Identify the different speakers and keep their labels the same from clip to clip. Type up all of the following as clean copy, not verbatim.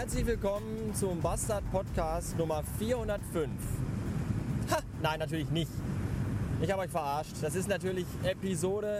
Speaker 1: Herzlich willkommen zum Bastard-Podcast Nummer 405. Ha, nein, natürlich nicht. Ich habe euch verarscht. Das ist natürlich Episode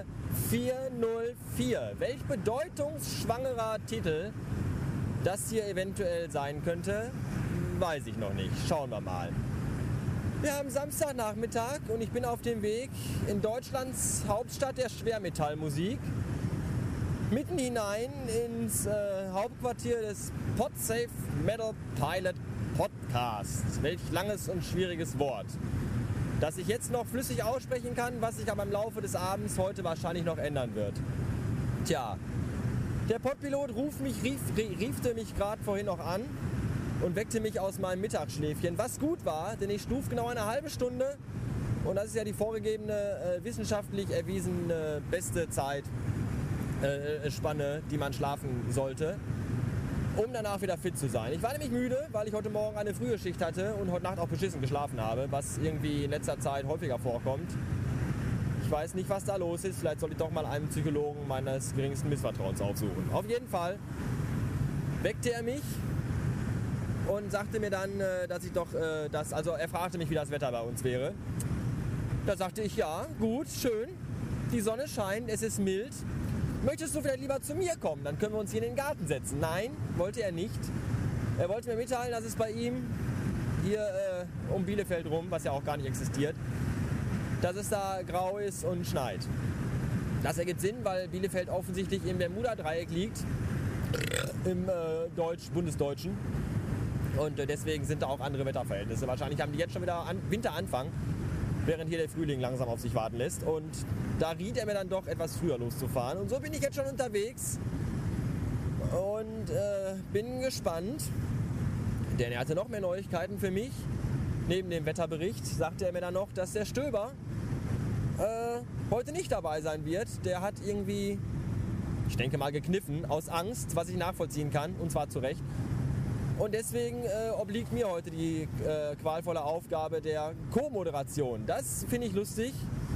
Speaker 1: 404. Welch bedeutungsschwangerer Titel das hier eventuell sein könnte, weiß ich noch nicht. Schauen wir mal. Wir haben Samstagnachmittag und ich bin auf dem Weg in Deutschlands Hauptstadt der Schwermetallmusik mitten hinein ins Hauptquartier des Podsafe Metal Pilot Podcasts. Welch langes und schwieriges Wort, das ich jetzt noch flüssig aussprechen kann, was sich aber im Laufe des Abends heute wahrscheinlich noch ändern wird. Tja, der Podpilot riefte mich gerade vorhin noch an und weckte mich aus meinem Mittagsschläfchen, was gut war, denn ich schluf genau eine halbe Stunde und das ist ja die vorgegebene, wissenschaftlich erwiesene beste Zeitspanne, die man schlafen sollte, um danach wieder fit zu sein. Ich war nämlich müde, weil ich heute Morgen eine frühe Schicht hatte und heute Nacht auch beschissen geschlafen habe, was irgendwie in letzter Zeit häufiger vorkommt. Ich weiß nicht, was da los ist. Vielleicht soll ich doch mal einen Psychologen meines geringsten Missvertrauens aufsuchen. Auf jeden Fall weckte er mich und sagte mir dann, dass ich doch, also er fragte mich, wie das Wetter bei uns wäre. Da sagte ich, ja, gut, schön, die Sonne scheint, es ist mild. Möchtest du vielleicht lieber zu mir kommen? Dann können wir uns hier in den Garten setzen. Nein, wollte er nicht. Er wollte mir mitteilen, dass es bei ihm hier um Bielefeld rum, was ja auch gar nicht existiert, dass es da grau ist und schneit. Das ergibt Sinn, weil Bielefeld offensichtlich im Bermuda-Dreieck liegt, im Bundesdeutschen. Und deswegen sind da auch andere Wetterverhältnisse. Wahrscheinlich haben die jetzt schon wieder Winteranfang, während hier der Frühling langsam auf sich warten lässt. Und da riet er mir dann doch, etwas früher loszufahren. Und so bin ich jetzt schon unterwegs und bin gespannt, denn er hatte noch mehr Neuigkeiten für mich. Neben dem Wetterbericht sagte er mir dann noch, dass der Stöber heute nicht dabei sein wird. Der hat irgendwie, ich denke mal, gekniffen, aus Angst, was ich nachvollziehen kann, und zwar zu Recht. Und deswegen obliegt mir heute die qualvolle Aufgabe der Co-Moderation. Das finde ich lustig.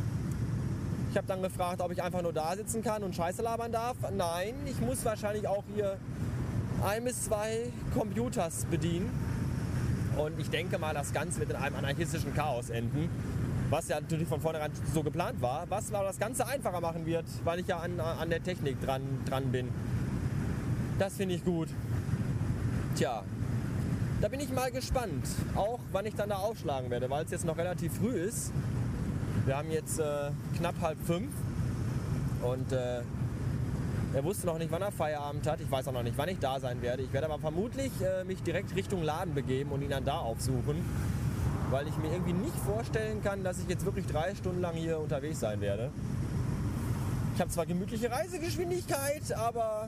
Speaker 1: Ich habe dann gefragt, ob ich einfach nur da sitzen kann und Scheiße labern darf. Nein, ich muss wahrscheinlich auch hier 1 bis 2 Computers bedienen. Und ich denke mal, das Ganze wird in einem anarchistischen Chaos enden. Was ja natürlich von vornherein so geplant war. Was aber das Ganze einfacher machen wird, weil ich ja an der Technik dran bin. Das finde ich gut. Tja, da bin ich mal gespannt, auch wann ich dann da aufschlagen werde, weil es jetzt noch relativ früh ist. Wir haben jetzt knapp 4:30 und er wusste noch nicht, wann er Feierabend hat. Ich weiß auch noch nicht, wann ich da sein werde. Ich werde aber vermutlich mich direkt Richtung Laden begeben und ihn dann da aufsuchen, weil ich mir irgendwie nicht vorstellen kann, dass ich jetzt wirklich 3 Stunden lang hier unterwegs sein werde. Ich habe zwar gemütliche Reisegeschwindigkeit, aber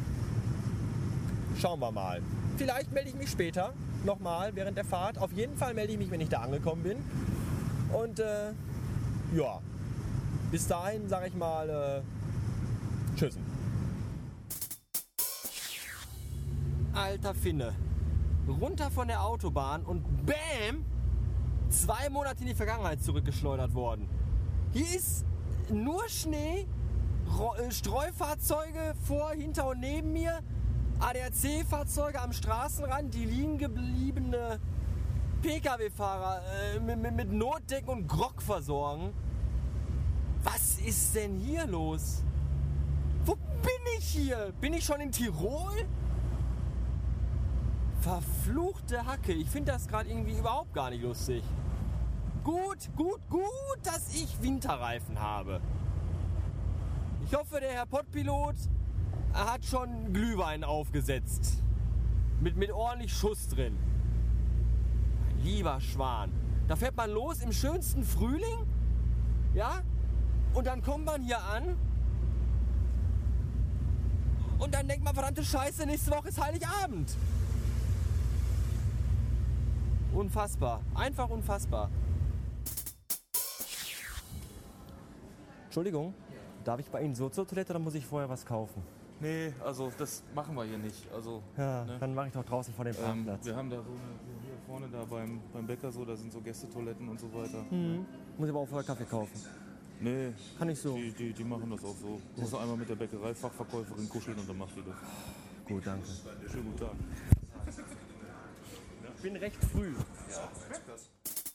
Speaker 1: schauen wir mal. Vielleicht melde ich mich später nochmal während der Fahrt. Auf jeden Fall melde ich mich, wenn ich da angekommen bin. Und ja, bis dahin sage ich mal tschüssen. Alter Finne, runter von der Autobahn und BÄM! 2 Monate in die Vergangenheit zurückgeschleudert worden. Hier ist nur Schnee, Streufahrzeuge vor, hinter und neben mir, ADAC-Fahrzeuge am Straßenrand, die liegen gebliebene Pkw-Fahrer mit Notdecken und Grog versorgen. Was ist denn hier los? Wo bin ich hier? Bin ich schon in Tirol? Verfluchte Hacke, ich finde das gerade irgendwie überhaupt gar nicht lustig. Gut, dass ich Winterreifen habe. Ich hoffe, der Herr Podpilot hat schon Glühwein aufgesetzt. Mit ordentlich Schuss drin. Mein lieber Schwan. Da fährt man los im schönsten Frühling. Ja? Und dann kommt man hier an. Und dann denkt man, verdammte Scheiße, nächste Woche ist Heiligabend. Unfassbar. Einfach unfassbar. Entschuldigung, darf ich bei Ihnen so zur Toilette oder muss ich vorher was kaufen?
Speaker 2: Nee, also das machen wir hier nicht. Also,
Speaker 1: Ja,
Speaker 2: ne?
Speaker 1: dann mache ich doch draußen vor dem Parkplatz.
Speaker 2: Wir haben da so hier vorne da beim Bäcker so, da sind so Gästetoiletten und so weiter.
Speaker 1: Muss ich aber auch vorher Kaffee kaufen.
Speaker 2: Nee,
Speaker 1: Kann ich so.
Speaker 2: die machen das auch so. Muss du einmal mit der Bäckereifachverkäuferin kuscheln und dann macht die das.
Speaker 1: Gut, danke.
Speaker 2: Schönen guten Tag.
Speaker 1: bin recht früh.
Speaker 2: Ja, ich merke das.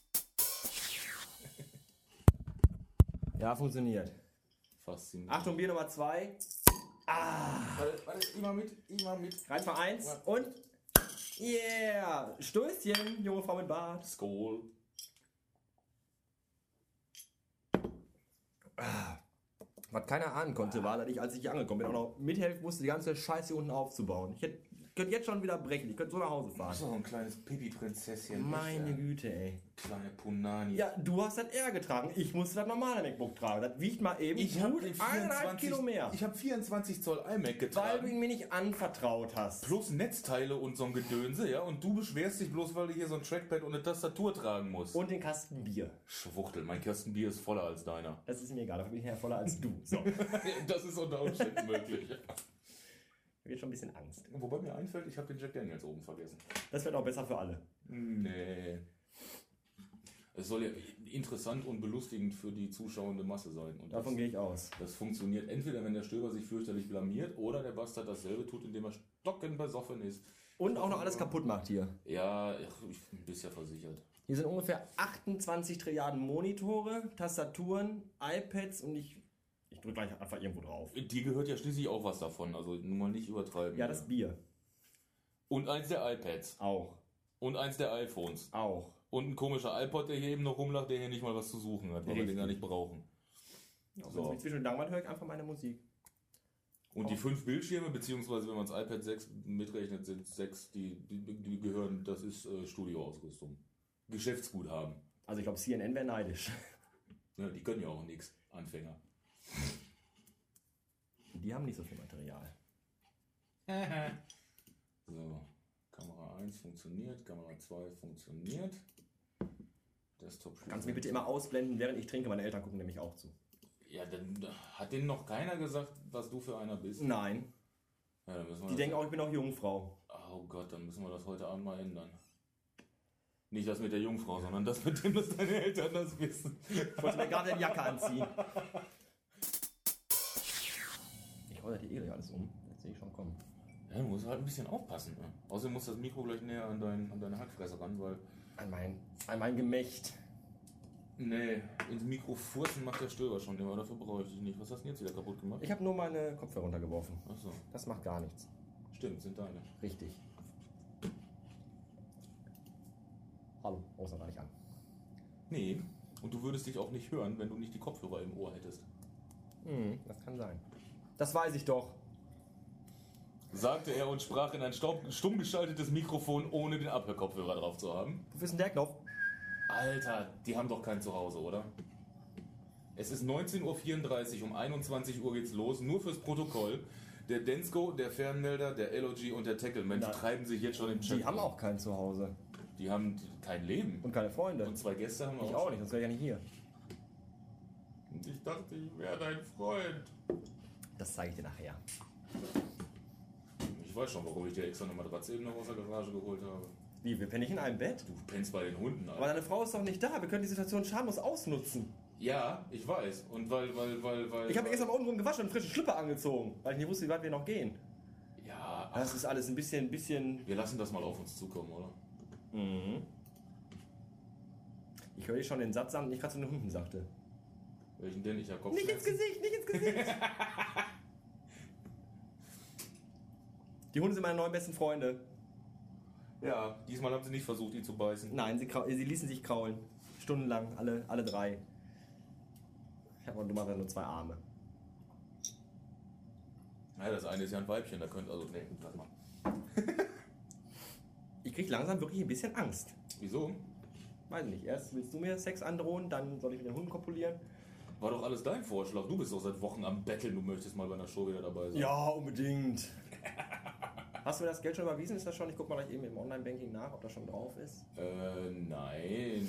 Speaker 1: Ja, funktioniert.
Speaker 2: Faszinierend.
Speaker 1: Achtung, Bier Nummer 2.
Speaker 2: Warte, immer mit.
Speaker 1: Rein für 1 und... Yeah! Stößchen, junge Frau mit Bart.
Speaker 2: Skol.
Speaker 1: Was keiner ahnen konnte, war, dass ich, als ich hier angekommen bin, auch noch mithelfen musste, die ganze Scheiße hier unten aufzubauen. Ich könnte jetzt schon wieder brechen, ich könnte so nach Hause fahren.
Speaker 2: So ein kleines Pipi-Prinzesschen.
Speaker 1: Meine Güte, ey.
Speaker 2: Kleine Punani.
Speaker 1: Ja, du hast das R getragen, ich musste das normale MacBook tragen. Das wiegt mal eben
Speaker 2: Ich habe
Speaker 1: gut 1,5 Kilo mehr.
Speaker 2: Ich habe 24 Zoll iMac
Speaker 1: Weil du
Speaker 2: getragen.
Speaker 1: ihn mir nicht anvertraut hast.
Speaker 2: Plus Netzteile und so ein Gedönse, ja? Und du beschwerst dich bloß, weil du hier so ein Trackpad und eine Tastatur tragen musst.
Speaker 1: Und den Kasten Bier.
Speaker 2: Schwuchtel, mein Kasten Bier ist voller als deiner.
Speaker 1: Das ist mir egal, dafür bin ich ja voller als du. So,
Speaker 2: Das ist unter Umständen möglich.
Speaker 1: mir wird schon ein bisschen Angst.
Speaker 2: Wobei mir einfällt, ich habe den Jack Daniels oben vergessen.
Speaker 1: Das wird auch besser für alle.
Speaker 2: Nee. Es soll ja interessant und belustigend für die zuschauende Masse sein. Und
Speaker 1: Davon gehe ich aus.
Speaker 2: das funktioniert entweder, wenn der Stöber sich fürchterlich blamiert, oder der Bastard dasselbe tut, indem er stockenbesoffen ist.
Speaker 1: Und auch noch alles kaputt macht hier.
Speaker 2: Ja, ich bin bisher versichert.
Speaker 1: Hier sind ungefähr 28 Trilliarden Monitore, Tastaturen, iPads und ich drücke gleich einfach irgendwo drauf.
Speaker 2: Dir gehört ja schließlich auch was davon, also nur mal nicht übertreiben.
Speaker 1: Ja, das Bier.
Speaker 2: Und eins der iPads.
Speaker 1: Auch.
Speaker 2: Und eins der iPhones.
Speaker 1: Auch.
Speaker 2: Und ein komischer iPod, der hier eben noch rumlacht, der hier nicht mal was zu suchen hat, weil wir den gar nicht brauchen.
Speaker 1: Ja, wenn
Speaker 2: So.
Speaker 1: es mich zwischendurch langweilt, höre ich einfach meine Musik.
Speaker 2: Und die 5 Bildschirme, beziehungsweise wenn man das iPad 6 mitrechnet, sind 6, die gehören, das ist Studioausrüstung. Geschäftsguthaben.
Speaker 1: Also ich glaube, CNN wäre neidisch.
Speaker 2: Ja, die können ja auch nichts, Anfänger.
Speaker 1: Die haben nicht so viel Material.
Speaker 2: So, Kamera 1 funktioniert, Kamera 2 funktioniert. Desktop.
Speaker 1: Kannst du mich bitte immer ausblenden, während ich trinke? Meine Eltern gucken nämlich auch zu.
Speaker 2: Ja, dann hat denen noch keiner gesagt, was du für einer bist.
Speaker 1: Nein.
Speaker 2: Ja, dann müssen wir
Speaker 1: Die denken auch, ich bin auch Jungfrau.
Speaker 2: Oh Gott, dann müssen wir das heute Abend mal ändern. Nicht das mit der Jungfrau, sondern das mit dem, dass deine Eltern das wissen.
Speaker 1: Ich wollte mir gerade die Jacke anziehen. Ich hau da die gleich alles um. Das sehe ich schon kommen.
Speaker 2: Ja, du musst halt ein bisschen aufpassen. Ne? Außerdem muss das Mikro gleich näher an deine Hackfresse ran, weil...
Speaker 1: An mein Gemächt.
Speaker 2: Nee, ins Mikro furzen macht der Stöber schon immer, dafür brauche ich dich nicht. Was hast du denn jetzt wieder kaputt gemacht?
Speaker 1: Ich habe nur meine Kopfhörer runtergeworfen.
Speaker 2: Achso,
Speaker 1: Das macht gar nichts.
Speaker 2: stimmt, sind deine.
Speaker 1: Richtig. Hallo, ist noch gar nicht an.
Speaker 2: Nee, und du würdest dich auch nicht hören, wenn du nicht die Kopfhörer im Ohr hättest.
Speaker 1: Das kann sein. Das weiß ich doch.
Speaker 2: Sagte er und sprach in ein stumm geschaltetes Mikrofon, ohne den Abhörkopfhörer drauf zu haben.
Speaker 1: Wo ist denn der Knopf?
Speaker 2: Alter, die haben doch kein Zuhause, oder? Es ist 19.34 Uhr, um 21 Uhr geht's los, nur fürs Protokoll. Der Densko, der Fernmelder, der LOG und der Tackle-Mensch
Speaker 1: Na,
Speaker 2: treiben sich jetzt schon im Chat.
Speaker 1: Die haben auch kein Zuhause.
Speaker 2: Die haben kein Leben.
Speaker 1: Und keine Freunde.
Speaker 2: Und 2 Gäste haben wir
Speaker 1: Ich auch nicht, sonst wäre ich ja nicht hier.
Speaker 2: Und ich dachte, ich wäre dein Freund.
Speaker 1: Das zeige ich dir nachher.
Speaker 2: Ich weiß schon, warum ich dir extra eine Matratze eben noch aus der Garage geholt habe.
Speaker 1: Wie, wir pennen nicht in einem Bett?
Speaker 2: Du pennst bei den Hunden,
Speaker 1: Aber
Speaker 2: Alter.
Speaker 1: deine Frau ist doch nicht da. Wir können die Situation schamlos ausnutzen.
Speaker 2: Ja, ich weiß. Und weil...
Speaker 1: Ich habe gestern mal untenrum gewaschen und frische Schlüpper angezogen, weil ich nicht wusste, wie weit wir noch gehen.
Speaker 2: Ja,
Speaker 1: Das ist alles ein bisschen...
Speaker 2: wir lassen das mal auf uns zukommen, oder?
Speaker 1: Ich höre hier schon den Satz an, den ich gerade zu den Hunden sagte.
Speaker 2: Welchen denn? Ich habe
Speaker 1: Nicht ins
Speaker 2: Kopfschmerzen.
Speaker 1: Gesicht, nicht ins Gesicht! Die Hunde sind meine neuen besten Freunde.
Speaker 2: Ja, diesmal haben sie nicht versucht, ihn zu beißen.
Speaker 1: Nein, sie ließen sich kraulen. Stundenlang, alle 3. Ich habe dummerweise nur 2 Arme.
Speaker 2: Ja, das eine ist ja ein Weibchen, da könnte also... Nee, lass mal.
Speaker 1: Ich krieg langsam wirklich ein bisschen Angst.
Speaker 2: Wieso?
Speaker 1: Weiß nicht, erst willst du mir Sex androhen, dann soll ich mit den Hunden kopulieren.
Speaker 2: War doch alles dein Vorschlag. Du bist doch seit Wochen am Betteln, du möchtest mal bei einer Show wieder dabei sein.
Speaker 1: Ja, unbedingt. Hast du mir das Geld schon überwiesen? Ist das schon? Ich guck mal gleich eben im Online-Banking nach, ob das schon drauf ist.
Speaker 2: Nein.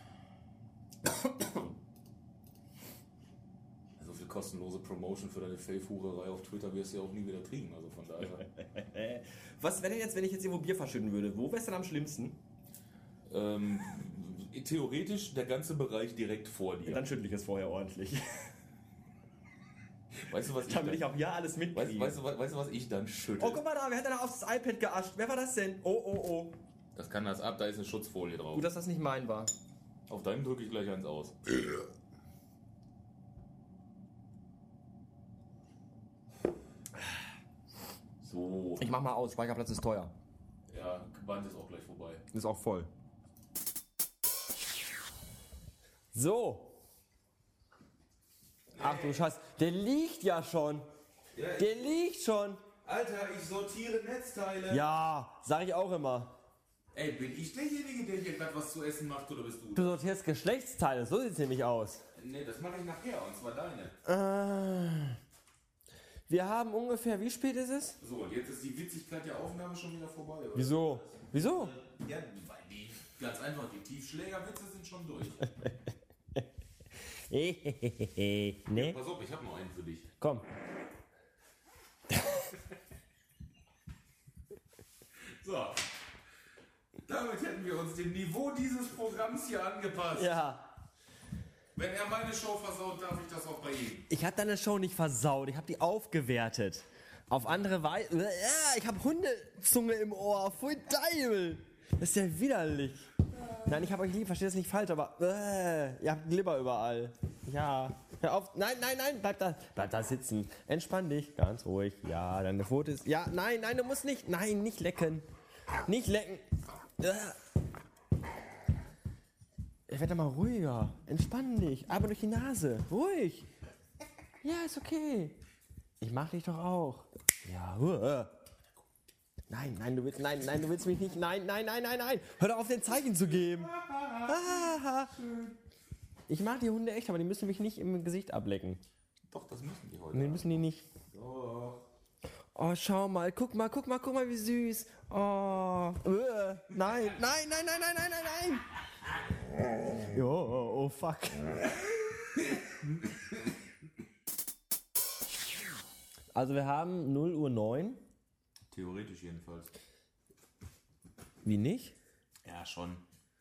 Speaker 2: So viel kostenlose Promotion für deine Fake-Hurerei auf Twitter wirst du ja auch nie wieder kriegen, also von daher.
Speaker 1: Was wäre denn jetzt, wenn ich jetzt irgendwo Bier verschütten würde? Wo wäre es denn am schlimmsten?
Speaker 2: Theoretisch der ganze Bereich direkt vor dir.
Speaker 1: Dann schüttle ich es vorher ordentlich.
Speaker 2: Weißt du, was ich
Speaker 1: Damit
Speaker 2: dann,
Speaker 1: ich auch ja alles mitkriege.
Speaker 2: weißt du, was ich dann schüttel?
Speaker 1: Oh, guck mal da, wer hat denn aufs iPad geascht? Wer war das denn? Oh.
Speaker 2: Das kann das ab, da ist eine Schutzfolie drauf.
Speaker 1: Gut, dass das nicht mein war.
Speaker 2: Auf deinem drücke ich gleich eins aus. So.
Speaker 1: Ich mach mal aus, Speicherplatz ist teuer.
Speaker 2: Ja, Band ist auch gleich vorbei.
Speaker 1: Ist auch voll. So. Ach du Scheiße, der liegt ja schon.
Speaker 2: Ja,
Speaker 1: Der liegt schon.
Speaker 2: Alter, ich sortiere Netzteile.
Speaker 1: Ja, sag ich auch immer.
Speaker 2: Ey, bin ich derjenige, der hier gerade was zu essen macht, oder bist du?
Speaker 1: Du sortierst Geschlechtsteile, so sieht's nämlich aus.
Speaker 2: Nee, das mache ich nachher, und zwar deine.
Speaker 1: Wir haben ungefähr, wie spät ist es?
Speaker 2: So, und jetzt ist die Witzigkeit der Aufnahme schon wieder vorbei, oder?
Speaker 1: Wieso? Wieso?
Speaker 2: Ja, weil die, ganz einfach, die Tiefschlägerwitze sind schon durch.
Speaker 1: Ne?
Speaker 2: Pass auf, ich habe noch einen für dich.
Speaker 1: Komm.
Speaker 2: So. Damit hätten wir uns dem Niveau dieses Programms hier angepasst.
Speaker 1: Ja.
Speaker 2: Wenn er meine Show versaut, darf ich das auch bei ihm.
Speaker 1: Ich habe deine Show nicht versaut, ich habe die aufgewertet. Auf andere Weise. Ja, ich habe Hundezunge im Ohr. Pfui Teufel. Das ist ja widerlich. Nein, ich habe euch lieb, versteht das nicht falsch, aber ihr habt Glibber überall. Ja. Hör auf. Nein, bleib da sitzen. Entspann dich, ganz ruhig. Ja, deine Pfote ist. Ja, nein, du musst nicht. Nein, nicht lecken. Nicht lecken. Ich werde mal ruhiger. Entspann dich. Aber durch die Nase. Ruhig. Ja, ist okay. Ich mag dich doch auch. Ja. Nein, du willst mich nicht. Nein. Hör doch auf, den Zeichen zu geben. Ich mag die Hunde echt, aber die müssen mich nicht im Gesicht ablecken.
Speaker 2: Doch, das müssen die heute.
Speaker 1: Nee, müssen die nicht.
Speaker 2: Doch.
Speaker 1: Oh, schau mal, guck mal, wie süß. Oh, nein. Jo, oh fuck. Also wir haben 0:09 Uhr.
Speaker 2: Theoretisch jedenfalls.
Speaker 1: Wie nicht?
Speaker 2: Ja, schon.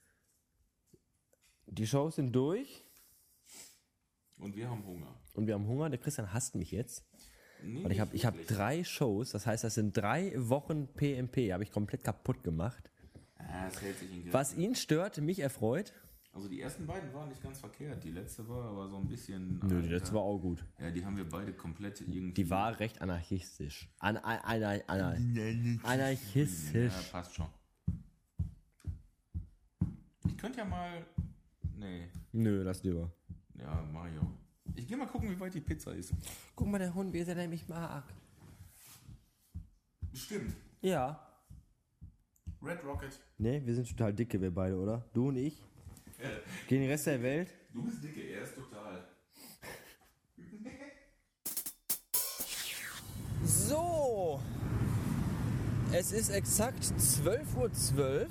Speaker 1: Die Shows sind durch.
Speaker 2: Und wir haben Hunger.
Speaker 1: Der Christian hasst mich jetzt.
Speaker 2: Nee,
Speaker 1: Und ich hab 3 Shows, das heißt, das sind 3 Wochen PMP, habe ich komplett kaputt gemacht.
Speaker 2: Das hält sich in Grenzen.
Speaker 1: Was ihn stört, mich erfreut.
Speaker 2: Also die ersten beiden waren nicht ganz verkehrt. Die letzte war aber so ein bisschen...
Speaker 1: Nö, die letzte war auch gut.
Speaker 2: Ja, die haben wir beide komplett irgendwie...
Speaker 1: Die war recht anarchistisch. Anarchistisch.
Speaker 2: Ja, passt schon. Ich könnte ja mal... Nee.
Speaker 1: Nö, lass lieber.
Speaker 2: Ja, mach ich auch. Ich geh mal gucken, wie weit die Pizza ist.
Speaker 1: Guck mal, der Hund, wie sehr der mich mag.
Speaker 2: Stimmt.
Speaker 1: Ja.
Speaker 2: Red Rocket.
Speaker 1: Ne, wir sind total dicke, wir beide, oder? Du und ich. Gegen den Rest der Welt.
Speaker 2: Du bist dicke, er ist total.
Speaker 1: So. Es ist exakt 12:12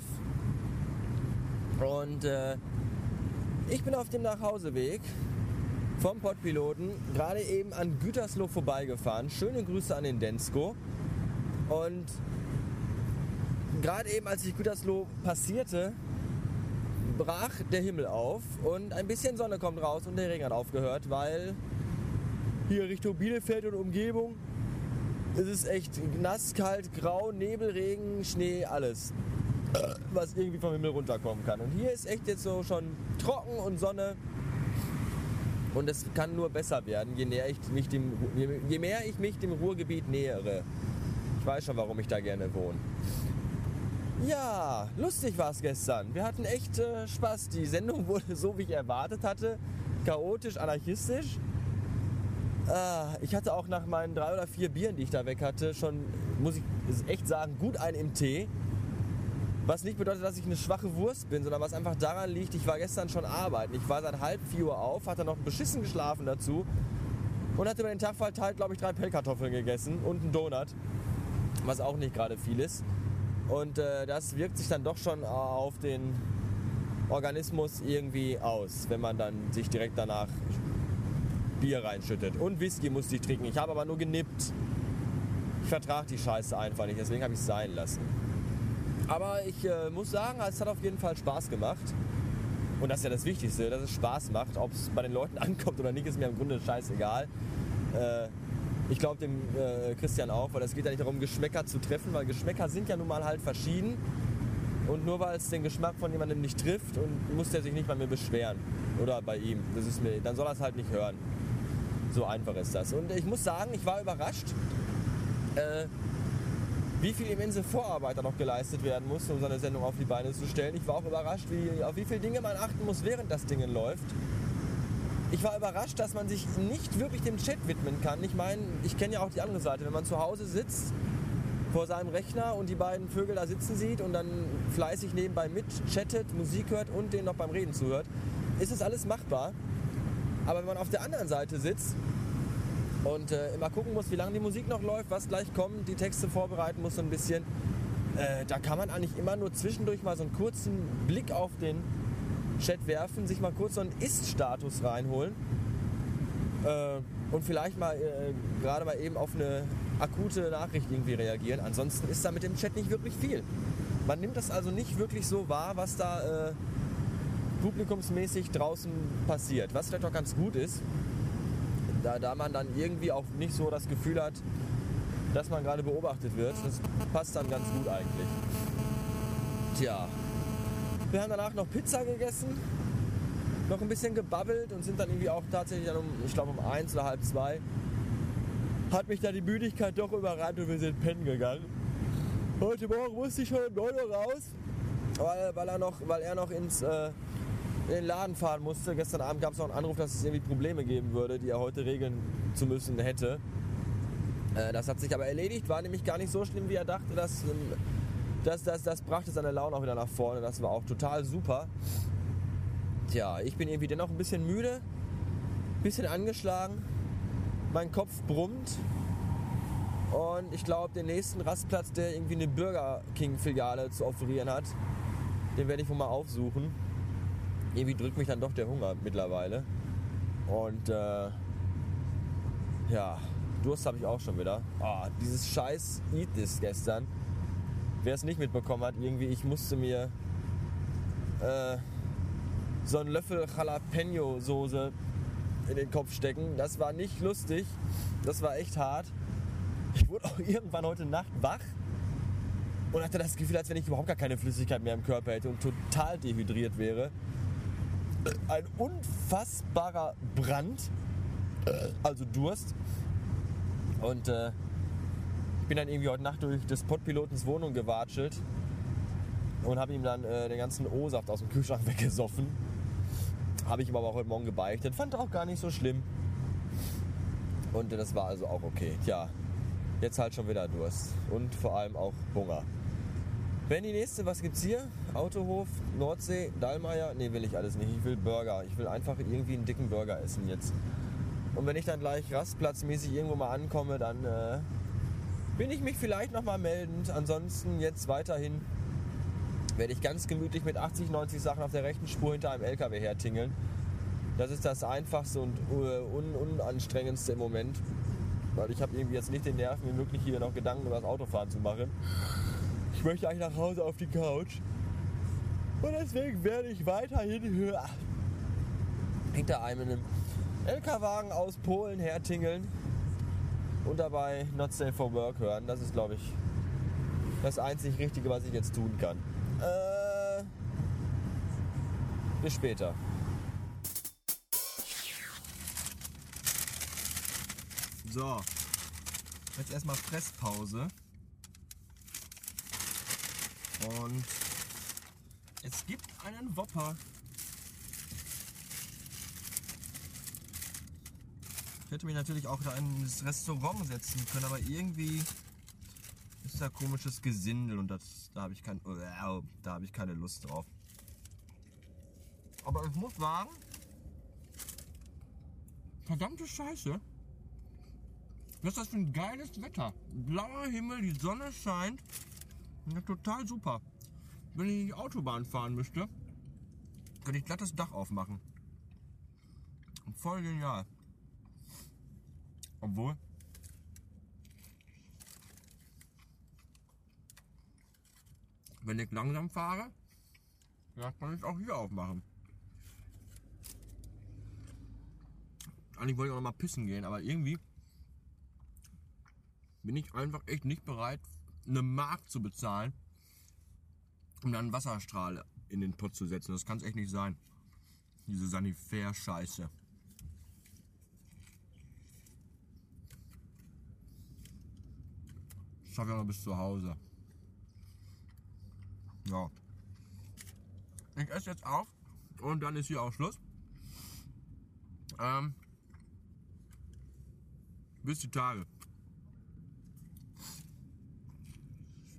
Speaker 1: Uhr. Und ich bin auf dem Nachhauseweg vom Pottpiloten gerade eben an Gütersloh vorbeigefahren. Schöne Grüße an den Densko. Und gerade eben, als ich Gütersloh passierte, brach der Himmel auf und ein bisschen Sonne kommt raus und der Regen hat aufgehört, weil hier Richtung Bielefeld und Umgebung ist es echt nass, kalt, grau, Nebel, Regen, Schnee, alles, was irgendwie vom Himmel runterkommen kann. Und hier ist echt jetzt so schon trocken und Sonne. Und es kann nur besser werden, je mehr ich mich dem Ruhrgebiet nähere. Ich weiß schon, warum ich da gerne wohne. Ja, lustig war es gestern. Wir hatten echt Spaß. Die Sendung wurde so, wie ich erwartet hatte. Chaotisch, anarchistisch. Ich hatte auch nach meinen 3 oder 4 Bieren, die ich da weg hatte, schon, muss ich echt sagen, gut einen im Tee. Was nicht bedeutet, dass ich eine schwache Wurst bin, sondern was einfach daran liegt, ich war gestern schon arbeiten. Ich war seit 3:30 Uhr auf, hatte noch beschissen geschlafen dazu und hatte über den Tag verteilt, glaube ich, 3 Pellkartoffeln gegessen und einen Donut, was auch nicht gerade viel ist. Und das wirkt sich dann doch schon auf den Organismus irgendwie aus, wenn man dann sich direkt danach Bier reinschüttet. Und Whisky musste ich trinken. Ich habe aber nur genippt. Ich vertrage die Scheiße einfach nicht, deswegen habe ich es sein lassen. Aber ich muss sagen, es hat auf jeden Fall Spaß gemacht. Und das ist ja das Wichtigste, dass es Spaß macht. Ob es bei den Leuten ankommt oder nicht, ist mir im Grunde scheißegal. Ich glaube dem Christian auch, weil es geht ja nicht darum, Geschmäcker zu treffen, weil Geschmäcker sind ja nun mal halt verschieden. Und nur weil es den Geschmack von jemandem nicht trifft, und muss der sich nicht bei mir beschweren. Oder bei ihm. Dann soll er es halt nicht hören. So einfach ist das. Und ich muss sagen, ich war überrascht, wie viel immense Vorarbeit da noch geleistet werden muss, um so eine Sendung auf die Beine zu stellen. Ich war auch überrascht, auf wie viele Dinge man achten muss, während das Ding läuft. Ich war überrascht, dass man sich nicht wirklich dem Chat widmen kann. Ich meine, ich kenne ja auch die andere Seite. Wenn man zu Hause sitzt, vor seinem Rechner und die beiden Vögel da sitzen sieht und dann fleißig nebenbei mitchattet, Musik hört und denen noch beim Reden zuhört, ist es alles machbar. Aber wenn man auf der anderen Seite sitzt und immer gucken muss, wie lange die Musik noch läuft, was gleich kommt, die Texte vorbereiten muss so ein bisschen, da kann man eigentlich immer nur zwischendurch mal so einen kurzen Blick auf den Chat werfen, sich mal kurz so einen Ist-Status reinholen und vielleicht mal gerade mal eben auf eine akute Nachricht irgendwie reagieren. Ansonsten ist da mit dem Chat nicht wirklich viel. Man nimmt das also nicht wirklich so wahr, was da publikumsmäßig draußen passiert. Was vielleicht auch ganz gut ist, da man dann irgendwie auch nicht so das Gefühl hat, dass man gerade beobachtet wird. Das passt dann ganz gut eigentlich. Tja, wir haben danach noch Pizza gegessen, noch ein bisschen gebabbelt und sind dann irgendwie auch tatsächlich dann ich glaube um 1 oder halb 2 hat mich da die Müdigkeit doch überrannt und wir sind pennen gegangen. Heute Morgen musste ich schon um 9 Uhr raus, weil er noch in den Laden fahren musste. Gestern Abend gab es noch einen Anruf, dass es irgendwie Probleme geben würde, die er heute regeln zu müssen hätte. Das hat sich aber erledigt, war nämlich gar nicht so schlimm, wie er dachte. Das brachte seine Laune auch wieder nach vorne. Das war auch total super. Tja, ich bin irgendwie dennoch ein bisschen müde, ein bisschen angeschlagen. Mein Kopf brummt. Und ich glaube, den nächsten Rastplatz, der irgendwie eine Burger King-Filiale zu offerieren hat, den werde ich wohl mal aufsuchen. Irgendwie drückt mich dann doch der Hunger mittlerweile. Und ja, Durst habe ich auch schon wieder. Dieses scheiß Eat This gestern. Wer es nicht mitbekommen hat, irgendwie, ich musste mir so einen Löffel Jalapeno-Soße in den Kopf stecken. Das war nicht lustig. Das war echt hart. Ich wurde auch irgendwann heute Nacht wach und hatte das Gefühl, als wenn ich überhaupt gar keine Flüssigkeit mehr im Körper hätte und total dehydriert wäre. Ein unfassbarer Brand, also Durst. Und ich bin dann irgendwie heute Nacht durch des Pottpilotens Wohnung gewatschelt und habe ihm dann den ganzen O-Saft aus dem Kühlschrank weggesoffen. Habe ich ihm aber auch heute Morgen gebeichtet. Fand auch gar nicht so schlimm. Und das war also auch okay. Tja, jetzt halt schon wieder Durst. Und vor allem auch Hunger. Wenn die nächste, was gibt's hier? Autohof, Nordsee, Dallmayr? Nee, will ich alles nicht. Ich will Burger. Ich will einfach irgendwie einen dicken Burger essen jetzt. Und wenn ich dann gleich rastplatzmäßig irgendwo mal ankomme, dann bin ich mich vielleicht nochmal meldend. Ansonsten jetzt weiterhin werde ich ganz gemütlich mit 80, 90 Sachen auf der rechten Spur hinter einem LKW hertingeln. Das ist das Einfachste und Unanstrengendste im Moment. Weil ich habe irgendwie jetzt nicht den Nerven, mir wirklich hier noch Gedanken über das Autofahren zu machen. Ich möchte eigentlich nach Hause auf die Couch. Und deswegen werde ich weiterhin hinter einem LKW-Wagen aus Polen hertingeln und dabei Not Safe for Work hören. Das ist, glaube ich, das einzig Richtige, was ich jetzt tun kann. Bis später. So, jetzt erstmal Presspause. Und es gibt einen Whopper. Ich hätte mich natürlich auch da in das Restaurant setzen können, aber irgendwie ist da komisches Gesindel und da habe ich keine Lust drauf. Aber ich muss sagen, verdammte Scheiße. Was ist das für ein geiles Wetter? Blauer Himmel, die Sonne scheint. Ja, total super. Wenn ich in die Autobahn fahren müsste, könnte ich glatt das Dach aufmachen. Voll genial. Obwohl, wenn ich langsam fahre, ja, kann ich auch hier aufmachen. Eigentlich wollte ich auch noch mal pissen gehen, aber irgendwie bin ich einfach echt nicht bereit, eine Mark zu bezahlen, um dann einen Wasserstrahl in den Pott zu setzen. Das kann es echt nicht sein. Diese Sanifair-Scheiße. Das schaffe ich auch noch bis zu Hause. Ja. Ich esse jetzt auf und dann ist hier auch Schluss. Bis die Tage.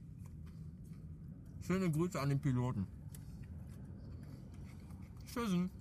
Speaker 1: Schöne Grüße an den Piloten. Tschüss.